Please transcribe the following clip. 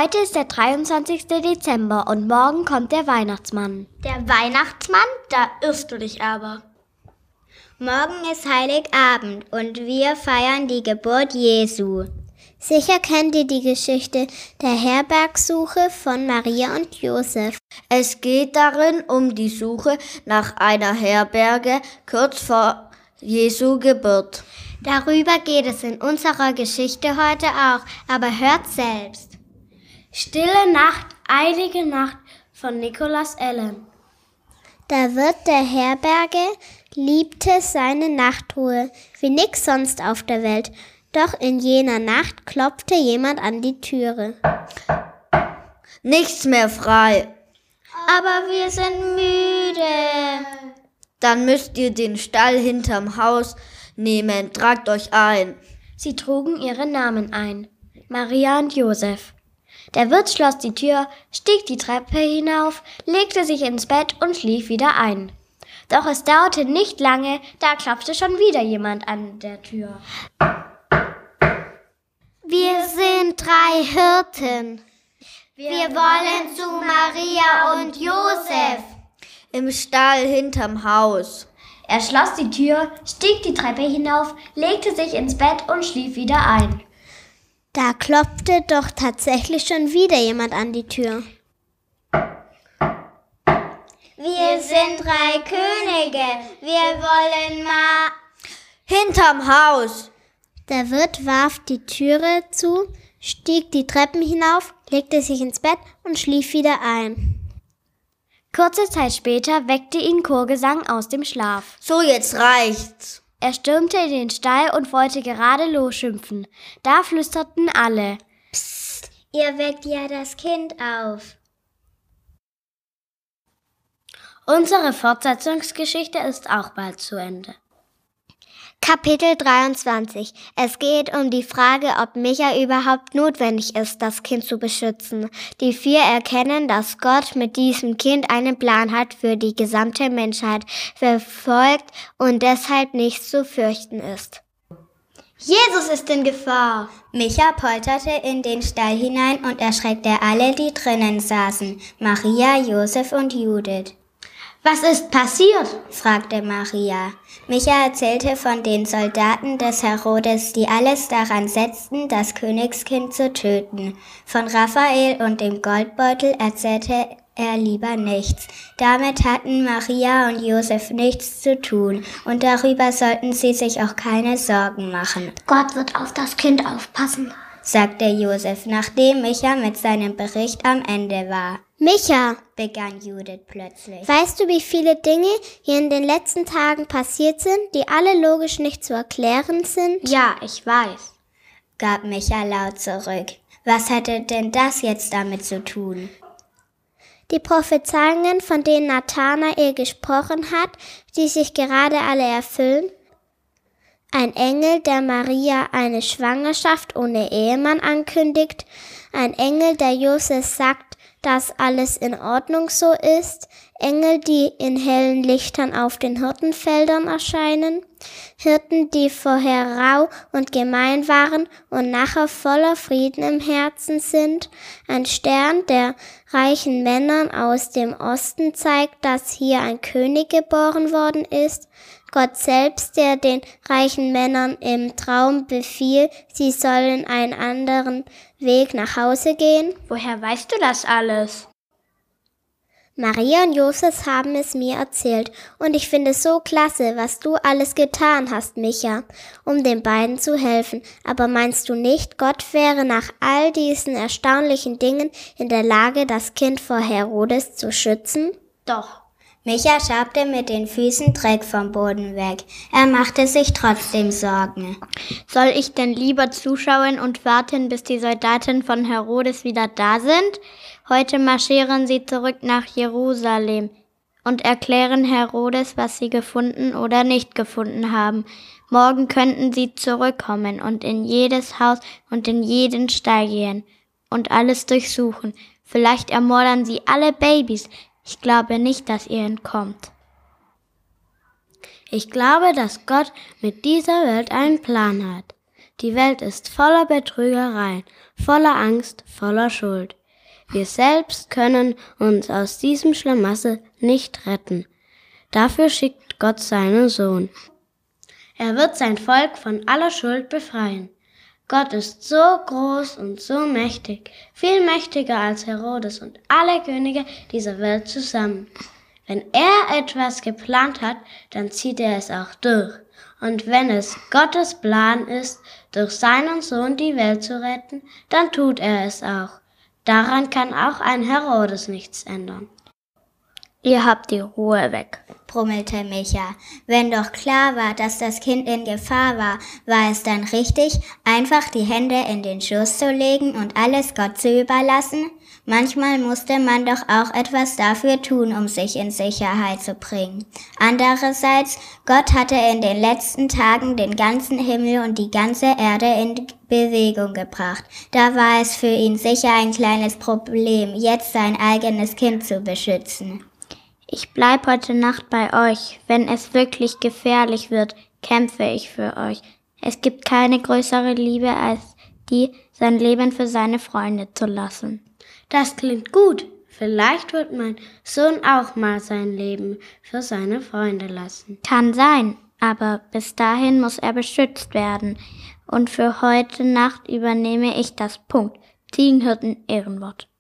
Heute ist der 23. Dezember und morgen kommt der Weihnachtsmann. Der Weihnachtsmann? Da irrst du dich aber. Morgen ist Heiligabend und wir feiern die Geburt Jesu. Sicher kennt ihr die Geschichte der Herbergsuche von Maria und Josef. Es geht darin um die Suche nach einer Herberge kurz vor Jesu Geburt. Darüber geht es in unserer Geschichte heute auch, aber hört selbst. Stille Nacht, eilige Nacht von Nicholas Allen. Der Wirt der Herberge liebte seine Nachtruhe wie nix sonst auf der Welt. Doch in jener Nacht klopfte jemand an die Türe. Nichts mehr frei. Aber wir sind müde. Dann müsst ihr den Stall hinterm Haus nehmen, tragt euch ein. Sie trugen ihre Namen ein, Maria und Josef. Der Wirt schloss die Tür, stieg die Treppe hinauf, legte sich ins Bett und schlief wieder ein. Doch es dauerte nicht lange, da klopfte schon wieder jemand an der Tür. Wir sind 3 Hirten. Wir wollen zu Maria und Josef. Im Stall hinterm Haus. Er schloss die Tür, stieg die Treppe hinauf, legte sich ins Bett und schlief wieder ein. Da klopfte doch tatsächlich schon wieder jemand an die Tür. Wir sind 3 Könige. Wir wollen Hinterm Haus. Der Wirt warf die Türe zu, stieg die Treppen hinauf, legte sich ins Bett und schlief wieder ein. Kurze Zeit später weckte ihn Chorgesang aus dem Schlaf. So, jetzt reicht's. Er stürmte in den Stall und wollte gerade losschimpfen. Da flüsterten alle: Psst, ihr weckt ja das Kind auf. Unsere Fortsetzungsgeschichte ist auch bald zu Ende. Kapitel 23. Es geht um die Frage, ob Micha überhaupt notwendig ist, das Kind zu beschützen. Die 4 erkennen, dass Gott mit diesem Kind einen Plan hat für die gesamte Menschheit, verfolgt und deshalb nichts zu fürchten ist. Jesus ist in Gefahr. Micha polterte in den Stall hinein und erschreckte alle, die drinnen saßen, Maria, Josef und Judith. Was ist passiert? Fragte Maria. Micha erzählte von den Soldaten des Herodes, die alles daran setzten, das Königskind zu töten. Von Raphael und dem Goldbeutel erzählte er lieber nichts. Damit hatten Maria und Josef nichts zu tun und darüber sollten sie sich auch keine Sorgen machen. Gott wird auf das Kind aufpassen, sagte Josef, nachdem Micha mit seinem Bericht am Ende war. Micha, begann Judith plötzlich. Weißt du, wie viele Dinge hier in den letzten Tagen passiert sind, die alle logisch nicht zu erklären sind? Ja, ich weiß, gab Micha laut zurück. Was hatte denn das jetzt damit zu tun? Die Prophezeiungen, von denen Nathanael gesprochen hat, die sich gerade alle erfüllen. Ein Engel, der Maria eine Schwangerschaft ohne Ehemann ankündigt. Ein Engel, der Josef sagt, dass alles in Ordnung so ist. Engel, die in hellen Lichtern auf den Hirtenfeldern erscheinen. Hirten, die vorher rau und gemein waren und nachher voller Frieden im Herzen sind. Ein Stern, der reichen Männern aus dem Osten zeigt, dass hier ein König geboren worden ist. Gott selbst, der den reichen Männern im Traum befiehlt, sie sollen einen anderen Weg nach Hause gehen. Woher weißt du das alles? Maria und Josef haben es mir erzählt und ich finde es so klasse, was du alles getan hast, Micha, um den beiden zu helfen. Aber meinst du nicht, Gott wäre nach all diesen erstaunlichen Dingen in der Lage, das Kind vor Herodes zu schützen? Doch. Micha schabte mit den Füßen Dreck vom Boden weg. Er machte sich trotzdem Sorgen. Soll ich denn lieber zuschauen und warten, bis die Soldaten von Herodes wieder da sind? Heute marschieren sie zurück nach Jerusalem und erklären Herodes, was sie gefunden oder nicht gefunden haben. Morgen könnten sie zurückkommen und in jedes Haus und in jeden Stall gehen und alles durchsuchen. Vielleicht ermordern sie alle Babys. Ich glaube nicht, dass ihr entkommt. Ich glaube, dass Gott mit dieser Welt einen Plan hat. Die Welt ist voller Betrügereien, voller Angst, voller Schuld. Wir selbst können uns aus diesem Schlamassel nicht retten. Dafür schickt Gott seinen Sohn. Er wird sein Volk von aller Schuld befreien. Gott ist so groß und so mächtig, viel mächtiger als Herodes und alle Könige dieser Welt zusammen. Wenn er etwas geplant hat, dann zieht er es auch durch. Und wenn es Gottes Plan ist, durch seinen Sohn die Welt zu retten, dann tut er es auch. Daran kann auch ein Herodes nichts ändern. Ihr habt die Ruhe weg, brummelte Micha. Wenn doch klar war, dass das Kind in Gefahr war, war es dann richtig, einfach die Hände in den Schoß zu legen und alles Gott zu überlassen? Manchmal musste man doch auch etwas dafür tun, um sich in Sicherheit zu bringen. Andererseits, Gott hatte in den letzten Tagen den ganzen Himmel und die ganze Erde in Bewegung gebracht. Da war es für ihn sicher ein kleines Problem, jetzt sein eigenes Kind zu beschützen. Ich bleib heute Nacht bei euch. Wenn es wirklich gefährlich wird, kämpfe ich für euch. Es gibt keine größere Liebe als die, sein Leben für seine Freunde zu lassen. Das klingt gut. Vielleicht wird mein Sohn auch mal sein Leben für seine Freunde lassen. Kann sein, aber bis dahin muss er beschützt werden. Und für heute Nacht übernehme ich das Punkt. Ziegenhirten Ehrenwort.